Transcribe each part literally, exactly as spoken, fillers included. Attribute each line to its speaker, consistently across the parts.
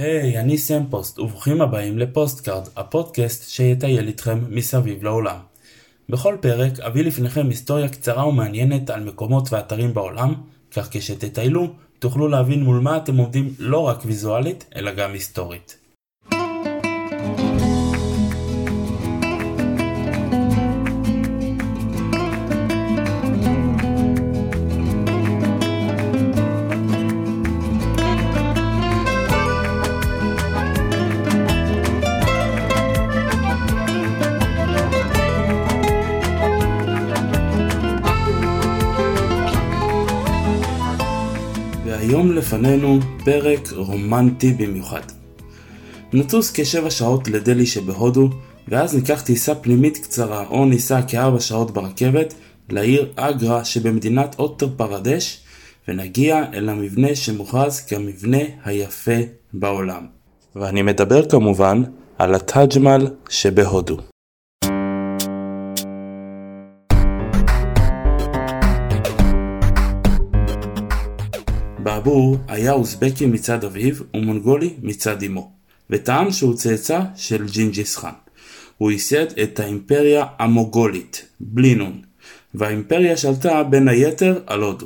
Speaker 1: היי, אני סם פוסט, וברוכים הבאים לפוסטקארד, הפודקאסט שיטייל איתכם מסביב לעולם. בכל פרק אביא לפניכם היסטוריה קצרה ומעניינת על מקומות ואתרים בעולם, כך כשתטיילו תוכלו להבין מול מה אתם עומדים לא רק ויזואלית, אלא גם היסטורית. היום לפנינו פרק רומנטי במיוחד. נטוס כשבע שעות לדלי שבהודו, ואז ניקח טיסה פנימית קצרה או ניסע כארבע שעות ברכבת לעיר אגרה שבמדינת אוטר פרדש, ונגיע אל המבנה שמוכרז כמבנה היפה בעולם. ואני מדבר כמובן על הטאג' מאהל שבהודו. באבור היה אוזבקי מצד אביו ומונגולי מצד אמו, וטען שהוא צאצא של ג'ינג'יס חאן. הוא ייסד את האימפריה המוגולית, בלי נון, והאימפריה שלטה בין היתר על הודו.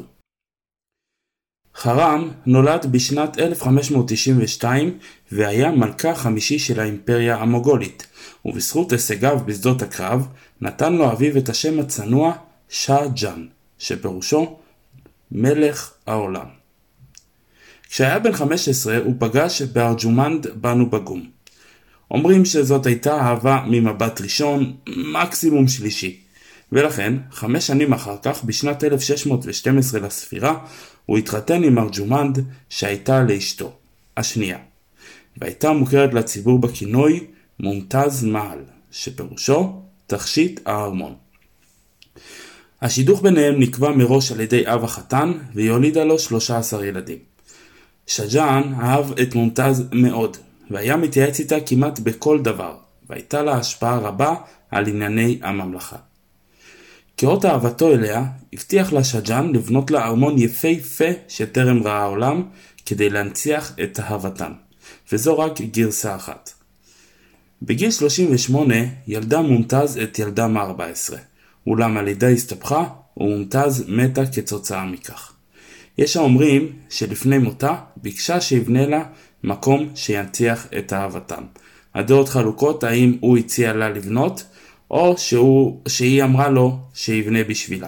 Speaker 1: חרם נולד בשנת אלף חמש מאות תשעים ושתיים והיה מלכה חמישי של האימפריה המוגולית, ובזכות הישגיו בשדות הקרב נתן לו אביו את השם הצנוע שאה ג'אן, שפירושו מלך העולם. כשהיה בן חמש עשרה הוא פגש בארג'ומנד בנו בגום. אומרים שזאת הייתה אהבה ממבט ראשון, מקסימום שלישי. ולכן, חמש שנים אחר כך, בשנת אלף שש מאות ושתים עשרה לספירה, הוא התחתן עם ארג'ומנד שהייתה לאשתו, השנייה. והייתה מוכרת לציבור בכינוי מומטז מאהל, שפירושו תכשיט הארמון. השידוך ביניהם נקבע מראש על ידי אב החתן, והיא הולידה לו שלושה עשר ילדים. שאה ג'אן אהב את מומטז מאוד, והיה מתייעץ איתה כמעט בכל דבר, והייתה לה השפעה רבה על ענייני הממלכה. כאות אהבתו אליה, הבטיח לה שאה ג'אן לבנות לה ארמון יפהפה שטרם ראה העולם, כדי להנציח את אהבתם, וזו רק גרסה אחת. בגיל שלושים ושמונה ילדה מומטז את ילדה מ-ארבע עשרה, אולם הלידה הסתבכה, ומומטז מתה כתוצאה מכך. יש האומרים שלפני מותה ביקשה שיבנה לה מקום שינציח את אהבתם. הדעות חלוקות האם הוא הציע לה לבנות או שהוא, שהיא אמרה לו שיבנה בשבילה.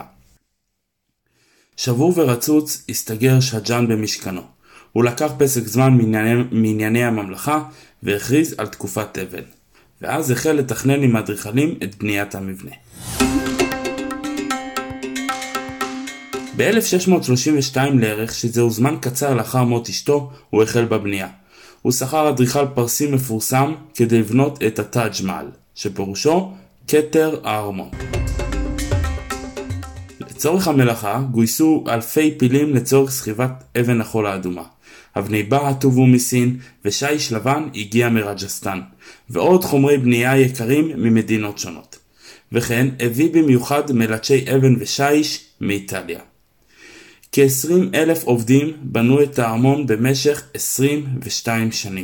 Speaker 1: שבור ורצוץ הסתגר שאה ג'אן במשכנו. הוא לקח פסק זמן מענייני, מענייני הממלכה והכריז על תקופת אבל. ואז החל לתכנן עם אדריכלים את בניית המבנה. ב-אלף שש מאות שלושים ושתיים לערך, שזהו זמן קצר לאחר מות אשתו, הוא החל בבנייה. הוא שכר אדריכל פרסי מפורסם כדי לבנות את הטאג' מאהל, שפירושו כתר הארמון. לצורך המלאכה גויסו אלפי פילים לצורך סחיבת אבן החול האדומה. אבני בה טובו מסין ושיש לבן הגיע מרג'סטן, ועוד חומרי בנייה יקרים ממדינות שונות. וכן הביא במיוחד מלטשי אבן ושיש מאיטליה. כ-עשרים אלף עובדים בנו את הארמון במשך עשרים ושתיים שנים.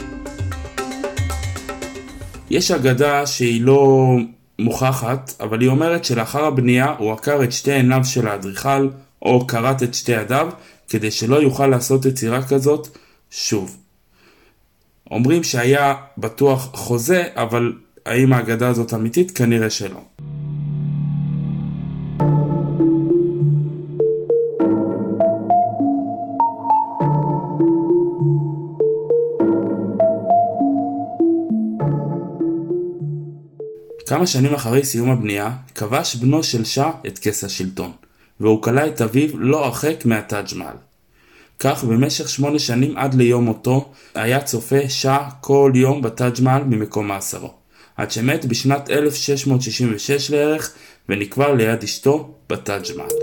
Speaker 1: יש אגדה שהיא לא מוכחת, אבל היא אומרת שלאחר הבנייה הוא עקר את שתי עיניו של האדריכל, או קרט את שתי ידיו, כדי שלא יוכל לעשות יצירה כזאת שוב. אומרים שהיה בטוח חוזה, אבל האם האגדה הזאת אמיתית? כנראה שלא. כמה שנים אחרי סיום הבנייה, כבש בנו של שאה את כס השלטון, והוא קלע את אביו לא הרחק מהטאג' מאהל. כך במשך שמונה שנים עד ליום מותו, היה צופה שאה כל יום בטאג' מאהל ממקום מאסרו, עד שמת בשנת אלף שש מאות שישים ושש לערך, ונקבר ליד אשתו בטאג' מאהל.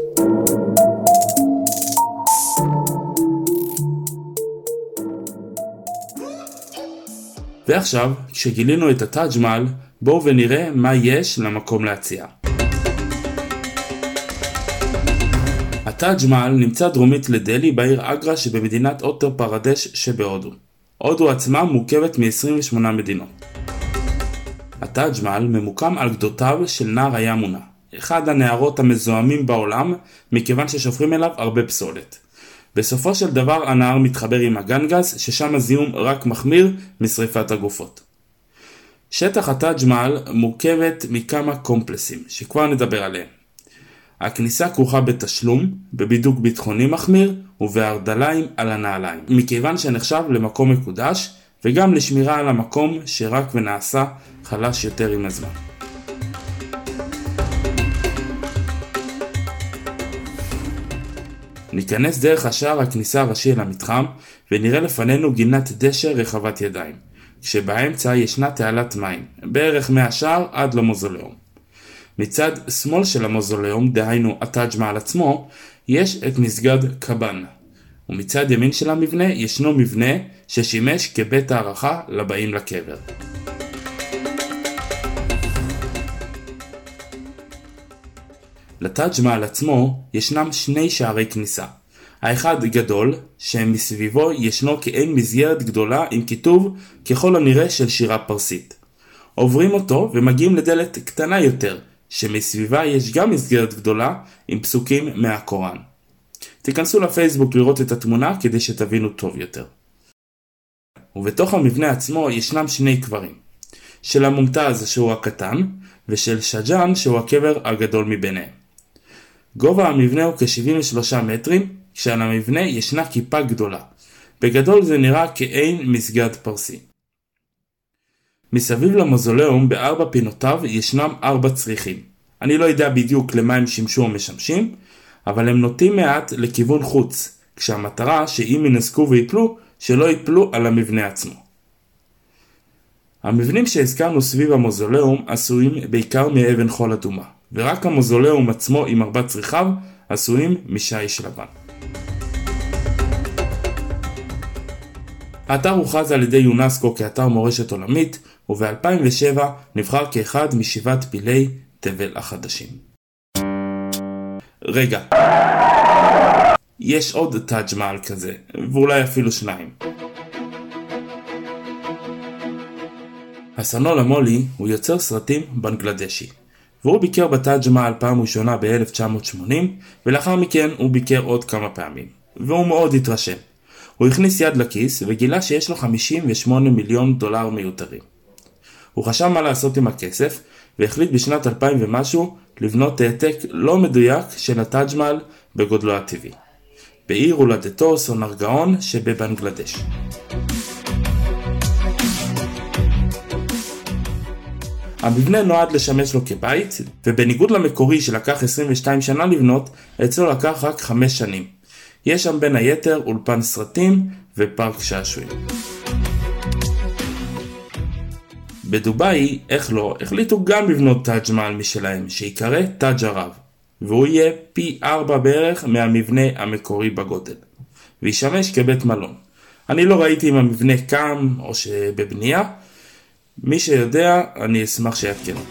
Speaker 1: ועכשיו, כשגילינו את הטאג' מאהל, בואו ונראה מה יש למקום להציע. הטאג' מאהל נמצא דרומית לדלי בעיר אגרה שבמדינת אוטר פרדש שבהודו. הודו עצמה מורכבת מ-עשרים ושמונה מדינות. הטאג' מהל ממוקם על גדותיו של נהר הימונה, אחד הנהרות המזוהמים בעולם מכיוון ששופכים אליו הרבה פסולת. בסופו של דבר הנהר מתחבר עם הגנגס, ששם הזיהום רק מחמיר משריפת הגופות. שטח הטאג' מהל מורכבת מכמה קומפלסים שכבר נדבר עליהם. הכניסה כרוכה בתשלום, בבידוק ביטחוני מחמיר ובהרדליים על הנעליים, מכיוון שנחשב למקום מקודש וגם לשמירה על המקום שרק ונעשה חלש יותר עם הזמן. ניכנס דרך השער הכניסה הראשי אל המתחם ונראה לפנינו גינת דשא רחבת ידיים, כשבאמצע ישנה תעלת מים, בערך מהשער עד למוזולאום. מצד שמאל של המוזולאום, דהיינו הטאג' מהל עצמו, יש את מסגד קבאן, ומצד ימין של המבנה ישנו מבנה ששימש כבית הערכה לבאים לקבר. לטאג' מהל עצמו ישנם שני שערי כניסה. האחד גדול, שמסביבו ישנו כאין מסגרת גדולה עם כיתוב ככל הנראה של שירה פרסית. עוברים אותו ומגיעים לדלת קטנה יותר, שמסביבה יש גם מסגרת גדולה עם פסוקים מהקוראן. תיכנסו לפייסבוק לראות את התמונה כדי שתבינו טוב יותר. ובתוך המבנה עצמו ישנם שני קברים, של המומתז שהוא הקטן ושל שג'אן שהוא הקבר הגדול מביניהם. גובה המבנה הוא כ-שבעים ושלושה מטרים, כשעל המבנה ישנה כיפה גדולה. בגדול זה נראה כאין מסגד פרסי. מסביב למוזולאום בארבע פינותיו ישנם ארבע צריכים. אני לא יודע בדיוק למה הם שימשו או משמשים, אבל הם נוטים מעט לכיוון חוץ, כשהמטרה שאם ינסקו ויפלו, שלא יפלו על המבנה עצמו. המבנים שהזכרנו סביב המוזולאום עשויים בעיקר מאבן חול אדומה, ורק המוזולאום עצמו עם ארבע צריכיו עשויים משיש לבן. האתר הוכרז על ידי יונסקו כאתר מורשת עולמית, וב-אלפיים ושבע נבחר כאחד משבעת פילי תבל החדשים. רגע, יש עוד טאג' מהל כזה, ואולי אפילו שניים. הסנול המולי הוא יוצר סרטים בנגלדשי, והוא ביקר בטאג' מהל פעם ראשונה ב-אלף תשע מאות שמונים, ולאחר מכן הוא ביקר עוד כמה פעמים, והוא מאוד התרשם. הוא הכניס יד לכיס וגילה שיש לו חמישים ושמונה מיליון דולר מיותרים. הוא חשב מה לעשות עם הכסף, והחליט בשנת אלפיים ומשהו לבנות העתק לא מדויק של הטאג' מהל בגודלו הטבעי, בעיר הולדתו סונרגאון שבבנגלדש. המבנה נועד לשמש לו כבית, ובניגוד למקורי שלקח עשרים ושתיים שנה לבנות, אצלו לקח רק חמש שנים. יש שם בין היתר אולפן סרטים ופארק שעשועים. בדובאי, איך לא, החליטו גם לבנות טאג' מהל משלהם, שיקרא טאג' ערב, והוא יהיה פי ארבע בערך מהמבנה המקורי בגודל, וישמש כבית מלון. אני לא ראיתי אם המבנה קם או שבבנייה, מי שיודע, אני אשמח שיעדכן אותי.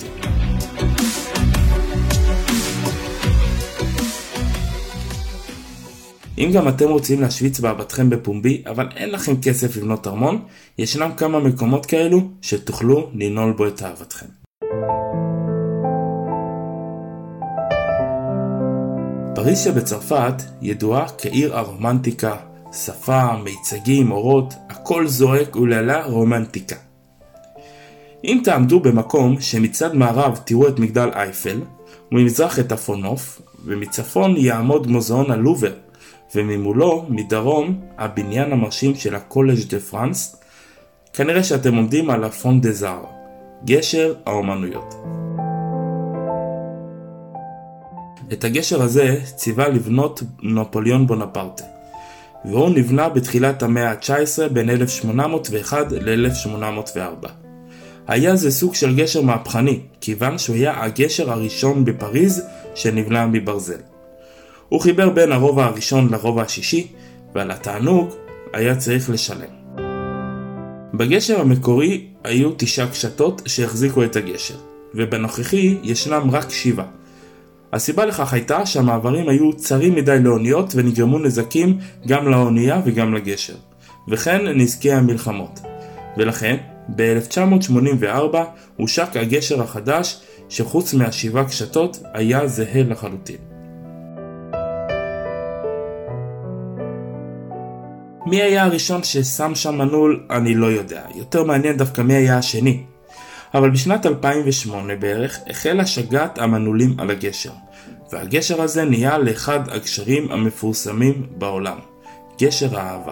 Speaker 1: אם גם אתם רוצים להשוויץ באהבתכם בפומבי, אבל אין לכם כסף לבנות ארמון, ישנם כמה מקומות כאלו שתוכלו לנעול בו את אהבתכם. פריז שבצרפת ידועה כעיר הרומנטיקה, שפה, מיצגים, אורות, הכל זועק ולעלה רומנטיקה. אם תעמדו במקום שמצד מערב תראו את מגדל אייפל, וממזרח את הפונוף, ומצפון יעמוד מוזיאון הלובר, וממולו, מדרום, הבניין המרשים של הקולג' דה פרנס, כנראה שאתם עומדים על הפון דה זאר, גשר האומנויות. את הגשר הזה ציווה לבנות נפוליאון בונפרטה, והוא נבנה בתחילת המאה ה-תשע עשרה בין אלף שמונה מאות ואחת ל-אלף שמונה מאות וארבע. היה זה סוג של גשר מהפכני, כיוון שהוא היה הגשר הראשון בפריז שנבנה מברזל. הוא חיבר בין הרובע הראשון לרובע השישי, ועל התענוג היה צריך לשלם. בגשר המקורי היו תשע קשתות שהחזיקו את הגשר, ובנוכחי ישנם רק שבע. הסיבה לכך הייתה שהמעברים היו צרים מדי לאוניות ונגרמו נזקים גם לאונייה וגם לגשר. וכן נזקי המלחמות. ולכן, ב-אלף תשע מאות שמונים וארבע הושק הגשר החדש שחוץ מהשבעה קשתות היה זהה לחלוטין. מי היה הראשון ששם שם מנעול אני לא יודע, יותר מעניין דווקא מי היה השני. אבל בשנת אלפיים ושמונה בערך החלה שגת המנעולים על הגשר, והגשר הזה נהיה לאחד הגשרים המפורסמים בעולם, גשר האהבה.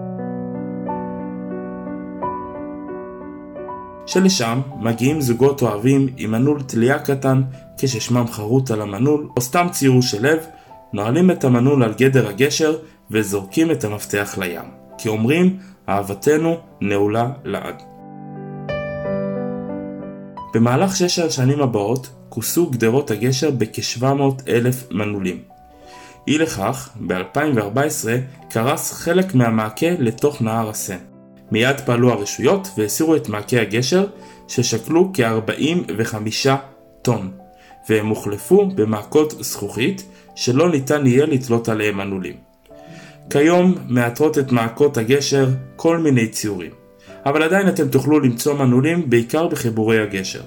Speaker 1: שלשם מגיעים זוגות אוהבים עם מנעול תלייה קטן כששמם חרוט על המנעול או סתם ציור של לב, נועלים את המנעול על גדר הגשר וזורקים את המפתח לים, כי אומרים אהבתנו נעולה לעד. במהלך שש השנים הבאות כוסו גדרות הגשר בכ-שבע מאות אלף מנעולים. אי לכך, ב-אלפיים וארבע עשרה קרס חלק מהמעקה לתוך נהר הסן. מיד פעלו הרשויות והסירו את מעקה הגשר ששקלו כ-ארבעים וחמישה טון, והם הוחלפו במעקות זכוכית שלא ניתן יהיה לתלות עליהם מנעולים. כיום מאתרות את מעקות הגשר כל מיני ציורים, אבל עדיין אתם תוכלו למצוא מנעולים בעיקר בחיבורי הגשר.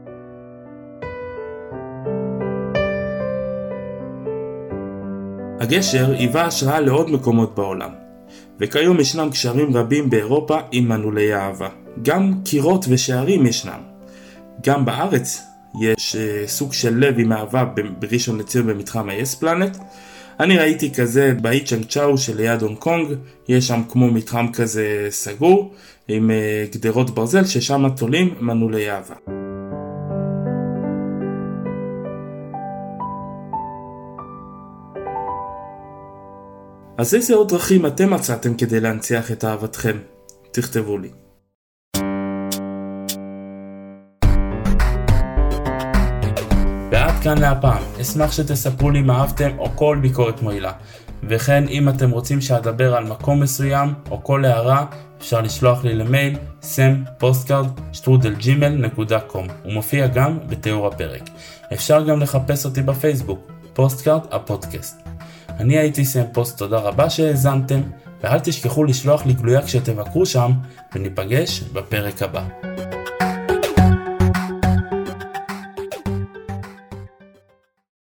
Speaker 1: הגשר היווה השראה לעוד מקומות בעולם, וכיום ישנם גשרים רבים באירופה עם מנעולי אהבה. גם קירות ושערים ישנם. גם בארץ יש uh, סוג של לב עם אהבה בראשון לציון במתחם ה-Yes Planet. אני ראיתי כזה באי צ'אנג צ'או שליד הונג קונג, יש שם כמו מתחם כזה סגור עם uh, גדרות ברזל ששם תולים מנעולי אהבה. אז איזה עוד דרכים אתם מצאתם כדי להנציח את אהבתכם? תכתבו לי. ועד כאן להפעם, אשמח שתספרו לי מה אהבתם או כל ביקורת מועילה. וכן אם אתם רוצים שאדבר על מקום מסוים או כל הערה, אפשר לשלוח לי למייל סם פוסטקארד שטרודל ג'ימייל נקודה קום. הוא מופיע גם בתיאור הפרק. אפשר גם לחפש אותי בפייסבוק, פוסטקארד הפודקאסט. אני הייתי סם פוסט, תודה רבה שהאזנתם, ואל תשכחו לשלוח לי גלויה כשתבקרו שם, וניפגש בפרק הבא.